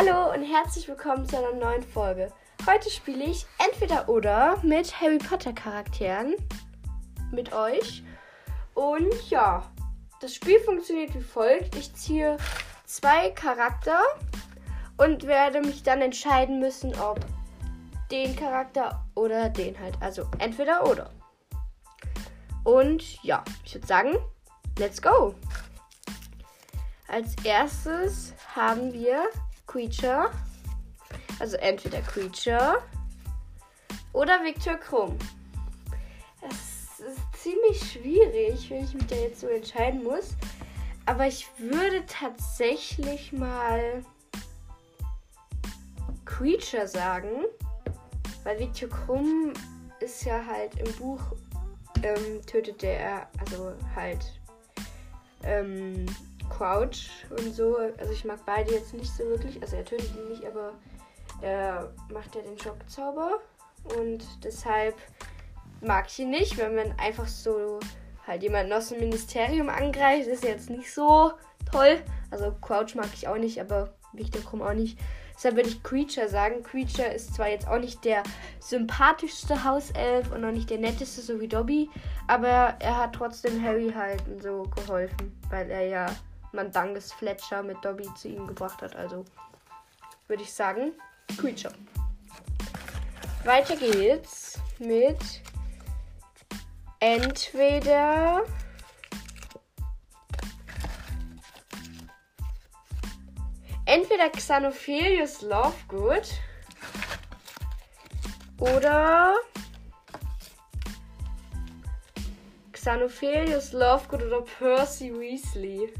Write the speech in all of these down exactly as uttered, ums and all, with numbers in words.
Hallo und herzlich willkommen zu einer neuen Folge. Heute spiele ich entweder oder mit Harry Potter Charakteren mit euch. Und ja, das Spiel funktioniert wie folgt. Ich ziehe zwei Charakter und werde mich dann entscheiden müssen, ob den Charakter oder den halt. Also entweder oder. Und ja, ich würde sagen, let's go. Als erstes haben wir Creature, also entweder Creature oder Viktor Krumm. Es ist ziemlich schwierig, wenn ich mich da jetzt so entscheiden muss. Aber ich würde tatsächlich mal Creature sagen, weil Viktor Krumm ist ja halt im Buch, ähm, tötet der, also halt, ähm, Crouch und so. Also ich mag beide jetzt nicht so wirklich. Also er tötet ihn nicht, aber er macht ja den Schockzauber. Und deshalb mag ich ihn nicht. Wenn man einfach so halt jemanden aus dem Ministerium angreift, ist jetzt nicht so toll. Also Crouch mag ich auch nicht, aber Viktor Krumm auch nicht. Deshalb würde ich Creature sagen. Creature ist zwar jetzt auch nicht der sympathischste Hauself und auch nicht der netteste, so wie Dobby, aber er hat trotzdem Harry halt so geholfen, weil er ja Mandanges Fletcher mit Dobby zu ihm gebracht hat. Also würde ich sagen, Creature. Weiter geht's mit entweder entweder Xenophilius Lovegood oder Xenophilius Lovegood oder Percy Weasley.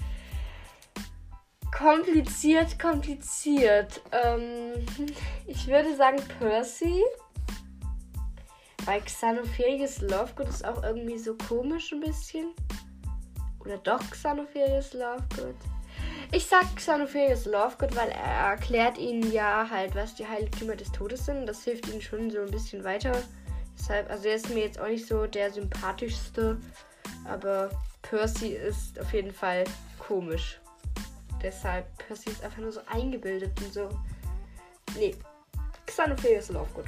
Kompliziert, kompliziert. Ähm, ich würde sagen Percy. Weil Xenophilius Lovegood ist auch irgendwie so komisch ein bisschen. Oder doch Xenophilius Lovegood. Ich sag Xenophilius Lovegood, weil er erklärt ihnen ja halt, was die Heiligtümer des Todes sind. Das hilft ihnen schon so ein bisschen weiter. Deshalb, also er ist mir jetzt auch nicht so der sympathischste. Aber Percy ist auf jeden Fall komisch. Deshalb, Percy ist einfach nur so eingebildet und so. Nee, Xenophilius Lovegood.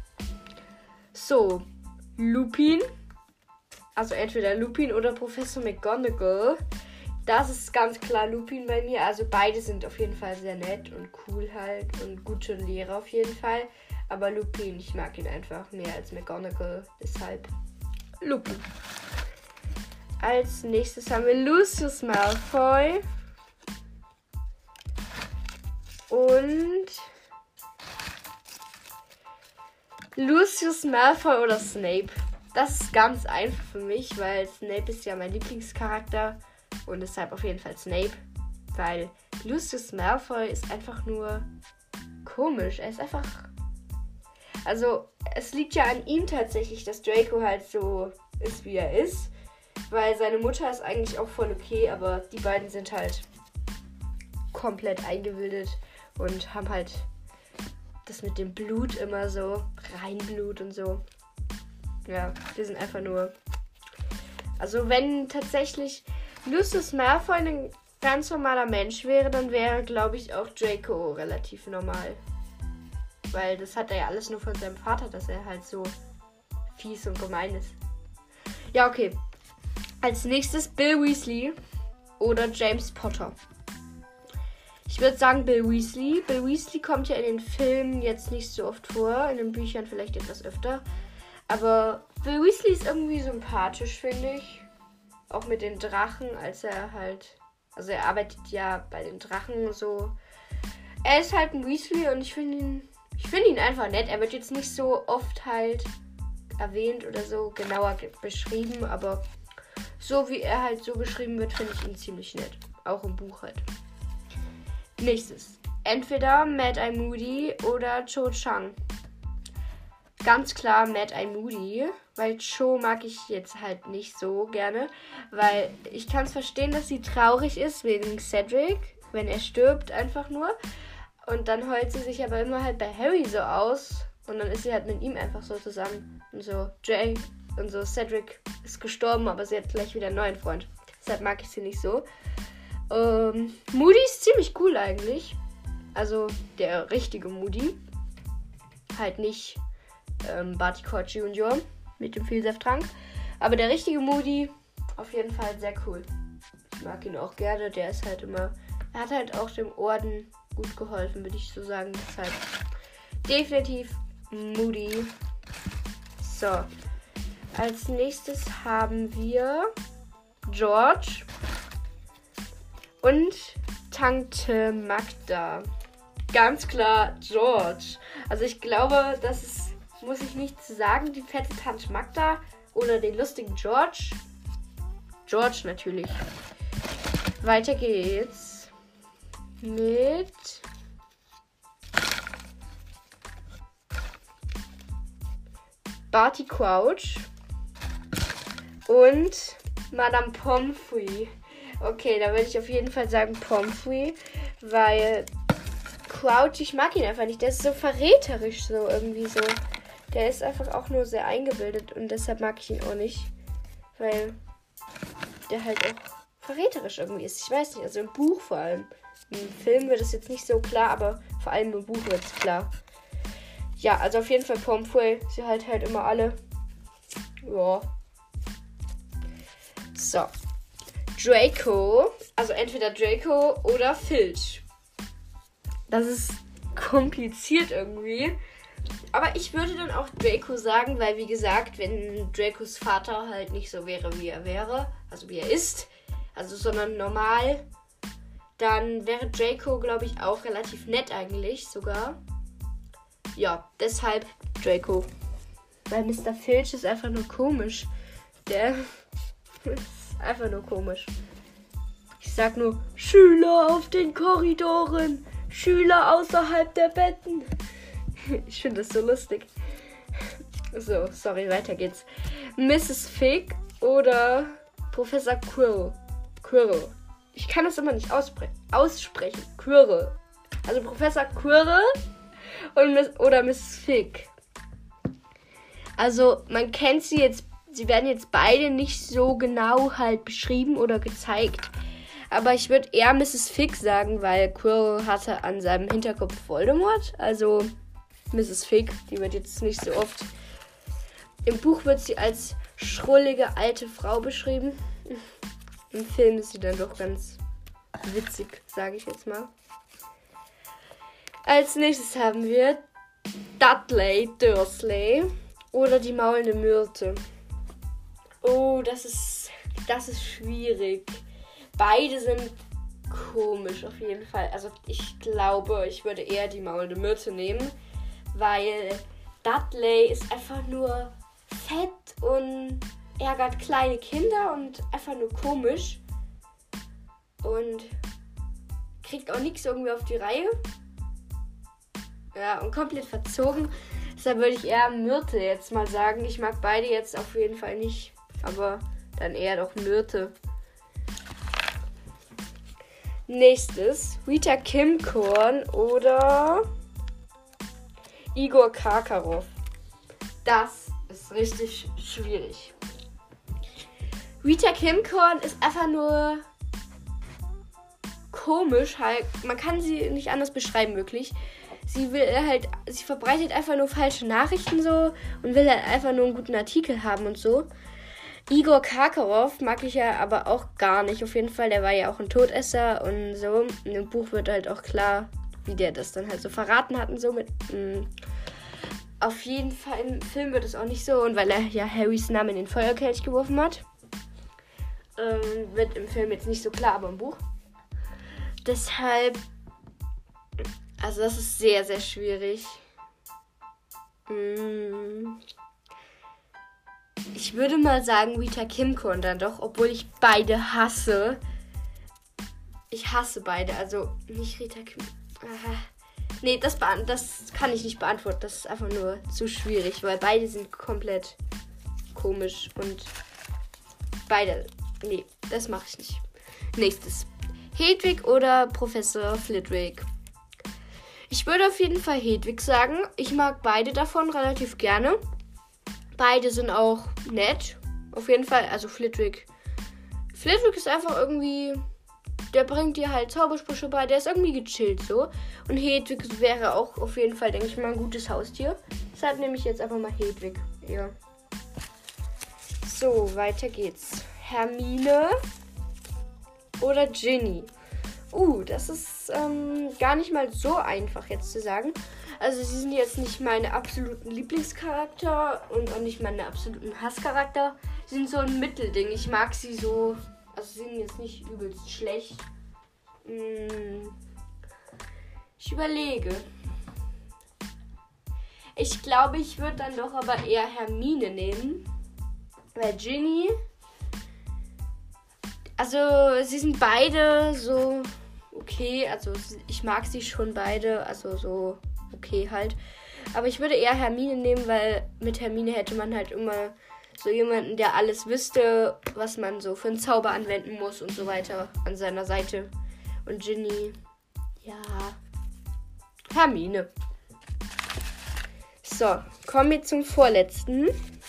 So, Lupin. Also entweder Lupin oder Professor McGonagall. Das ist ganz klar Lupin bei mir. Also beide sind auf jeden Fall sehr nett und cool halt. Und gute Lehrer auf jeden Fall. Aber Lupin, ich mag ihn einfach mehr als McGonagall. Deshalb Lupin. Als nächstes haben wir Lucius Malfoy. Und Lucius Malfoy oder Snape. Das ist ganz einfach für mich, weil Snape ist ja mein Lieblingscharakter. Und deshalb auf jeden Fall Snape. Weil Lucius Malfoy ist einfach nur komisch. Er ist einfach... Also, es liegt ja an ihm tatsächlich, dass Draco halt so ist, wie er ist. Weil seine Mutter ist eigentlich auch voll okay, aber die beiden sind halt komplett eingebildet. Und haben halt das mit dem Blut immer so, Reinblut und so. Ja, wir sind einfach nur... Also wenn tatsächlich Lucius Malfoy ein ganz normaler Mensch wäre, dann wäre, glaube ich, auch Draco relativ normal. Weil das hat er ja alles nur von seinem Vater, dass er halt so fies und gemein ist. Ja, okay. Als nächstes Bill Weasley oder James Potter. Ich würde sagen Bill Weasley. Bill Weasley kommt ja in den Filmen jetzt nicht so oft vor, in den Büchern vielleicht etwas öfter. Aber Bill Weasley ist irgendwie sympathisch, finde ich. Auch mit den Drachen, als er halt... Also er arbeitet ja bei den Drachen so. Er ist halt ein Weasley und ich finde ihn... Ich finde ihn einfach nett. Er wird jetzt nicht so oft halt erwähnt oder so genauer beschrieben, aber so wie er halt so beschrieben wird, finde ich ihn ziemlich nett. Auch im Buch halt. Nächstes. Entweder Mad-Eye Moody oder Cho Chang. Ganz klar Mad-Eye Moody, weil Cho mag ich jetzt halt nicht so gerne, weil ich kann es verstehen, dass sie traurig ist wegen Cedric, wenn er stirbt einfach nur. Und dann heult sie sich aber immer halt bei Harry so aus und dann ist sie halt mit ihm einfach so zusammen. Und so, Jay und so, Cedric ist gestorben, aber sie hat gleich wieder einen neuen Freund. Deshalb mag ich sie nicht so. Ähm, Moody ist ziemlich cool eigentlich. Also der richtige Moody. Halt nicht ähm, Barty Crouch Junior mit dem Vielsafttrank. Aber der richtige Moody, auf jeden Fall sehr cool. Ich mag ihn auch gerne. Der ist halt immer... Er hat halt auch dem Orden gut geholfen, würde ich so sagen. Deshalb definitiv Moody. So. Als nächstes haben wir George und Tante Magda. Ganz klar George. Also ich glaube, das ist, muss ich nicht sagen, die fette Tante Magda oder den lustigen George. George natürlich. Weiter geht's mit Barty Crouch und Madame Pomfrey. Okay, da würde ich auf jeden Fall sagen Pomfrey, weil Crouch, ich mag ihn einfach nicht. Der ist so verräterisch so irgendwie so. Der ist einfach auch nur sehr eingebildet und deshalb mag ich ihn auch nicht, weil der halt auch verräterisch irgendwie ist. Ich weiß nicht, also im Buch vor allem. Im Film wird es jetzt nicht so klar, aber vor allem im Buch wird es klar. Ja, also auf jeden Fall Pomfrey. Sie halt halt immer alle. Ja. So. Draco. Also entweder Draco oder Filch. Das ist kompliziert irgendwie. Aber ich würde dann auch Draco sagen, weil wie gesagt, wenn Dracos Vater halt nicht so wäre, wie er wäre, also wie er ist, also sondern normal, dann wäre Draco, glaube ich, auch relativ nett eigentlich sogar. Ja, deshalb Draco. Weil Mister Filch ist einfach nur komisch. Der ist einfach nur komisch. Ich sag nur, Schüler auf den Korridoren, Schüler außerhalb der Betten. Ich finde das so lustig. So, sorry, weiter geht's. Misses Fig oder Professor Quirrell. Quirrell. Ich kann das immer nicht auspre- aussprechen. Quirrell. Also Professor Quirrell und Miss, oder Misses Fig. Also man kennt sie jetzt, sie werden jetzt beide nicht so genau halt beschrieben oder gezeigt. Aber ich würde eher Misses Fig sagen, weil Quirrell hatte an seinem Hinterkopf Voldemort. Also Misses Fig, die wird jetzt nicht so oft. Im Buch wird sie als schrullige alte Frau beschrieben. Im Film ist sie dann doch ganz witzig, sage ich jetzt mal. Als nächstes haben wir Dudley Dursley oder die maulende Myrte. Oh, das ist, das ist schwierig. Beide sind komisch auf jeden Fall. Also ich glaube, ich würde eher die maulende Myrte nehmen, weil Dudley ist einfach nur fett und ärgert kleine Kinder und einfach nur komisch und kriegt auch nichts irgendwie auf die Reihe. Ja, und komplett verzogen. Deshalb würde ich eher Myrte jetzt mal sagen. Ich mag beide jetzt auf jeden Fall nicht, aber dann eher doch Myrte. Nächstes, Rita Kimcorn oder Igor Karkaroff. Das ist richtig schwierig. Rita Kimcorn ist einfach nur komisch, halt. Man kann sie nicht anders beschreiben, wirklich. Sie will halt, sie verbreitet einfach nur falsche Nachrichten so und will halt einfach nur einen guten Artikel haben und so. Igor Karkaroff mag ich ja aber auch gar nicht. Auf jeden Fall, der war ja auch ein Todesser und so. In dem Buch wird halt auch klar, wie der das dann halt so verraten hat und so. Mit, mh. Auf jeden Fall im Film wird es auch nicht so. Und weil er ja Harrys Namen in den Feuerkelch geworfen hat, ähm, wird im Film jetzt nicht so klar, aber im Buch. Deshalb, also das ist sehr, sehr schwierig. Mh. Ich würde mal sagen Rita Kimcorn dann doch, obwohl ich beide hasse. Ich hasse beide, also nicht Rita Kim. Aha. Nee, das, beant- das kann ich nicht beantworten. Das ist einfach nur zu schwierig, weil beide sind komplett komisch und beide. Nee, das mache ich nicht. Nächstes. Hedwig oder Professor Flitwick? Ich würde auf jeden Fall Hedwig sagen. Ich mag beide davon relativ gerne. Beide sind auch nett. Auf jeden Fall, also Flitwick. Flitwick ist einfach irgendwie der bringt dir halt Zaubersprüche bei. Der ist irgendwie gechillt so. Und Hedwig wäre auch auf jeden Fall, denke ich mal, ein gutes Haustier. Deshalb nehme ich jetzt einfach mal Hedwig. Ja. So, weiter geht's. Hermine oder Ginny? Uh, das ist ähm, gar nicht mal so einfach jetzt zu sagen. Also sie sind jetzt nicht meine absoluten Lieblingscharakter und auch nicht meine absoluten Hasscharakter. Sie sind so ein Mittelding. Ich mag sie so, also sie sind jetzt nicht übelst schlecht. Hm, ich überlege. Ich glaube, ich würde dann doch aber eher Hermine nehmen. Weil Ginny, also sie sind beide so okay, also ich mag sie schon beide, also so okay halt. Aber ich würde eher Hermine nehmen, weil mit Hermine hätte man halt immer so jemanden, der alles wüsste, was man so für einen Zauber anwenden muss und so weiter an seiner Seite. Und Ginny, ja, Hermine. So, kommen wir zum vorletzten.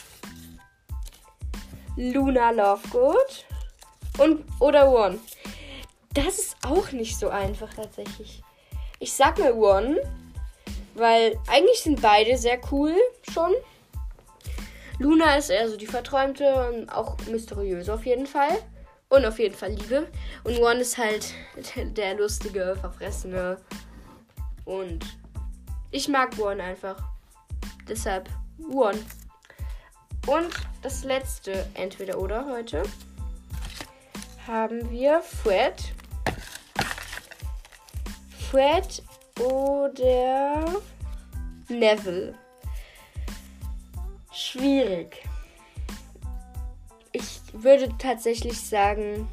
Luna Lovegood und oder Ron. Das ist auch nicht so einfach tatsächlich. Ich sag mal Ron, weil eigentlich sind beide sehr cool schon. Luna ist eher so die Verträumte und auch mysteriöse auf jeden Fall. Und auf jeden Fall Liebe. Und Ron ist halt der lustige, verfressene. Und ich mag Ron einfach. Deshalb Ron. Und das letzte Entweder-Oder heute haben wir Fred. Fred oder Neville. Schwierig. Ich würde tatsächlich sagen,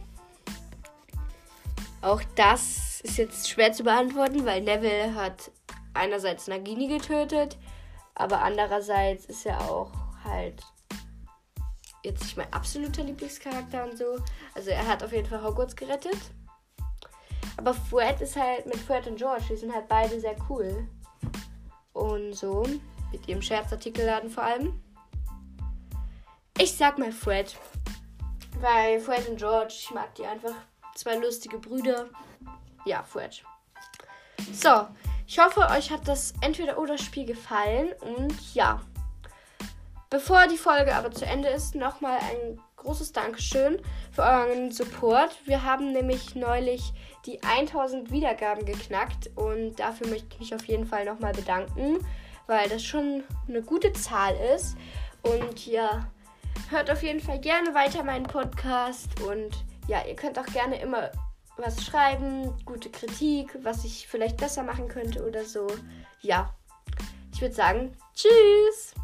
auch das ist jetzt schwer zu beantworten, weil Neville hat einerseits Nagini getötet, aber andererseits ist er auch halt jetzt nicht mein absoluter Lieblingscharakter und so. Also er hat auf jeden Fall Hogwarts gerettet. Aber Fred ist halt mit Fred und George, die sind halt beide sehr cool. Und so, mit ihrem Scherzartikelladen vor allem. Ich sag mal Fred. Weil Fred und George, ich mag die einfach. Zwei lustige Brüder. Ja, Fred. So, ich hoffe, euch hat das Entweder-Oder-Spiel gefallen. Und ja, bevor die Folge aber zu Ende ist, nochmal ein großes Dankeschön für euren Support. Wir haben nämlich neulich die tausend Wiedergaben geknackt und dafür möchte ich mich auf jeden Fall nochmal bedanken, weil das schon eine gute Zahl ist. Und ja, hört auf jeden Fall gerne weiter meinen Podcast und ja, ihr könnt auch gerne immer was schreiben, gute Kritik, was ich vielleicht besser machen könnte oder so. Ja, ich würde sagen, tschüss!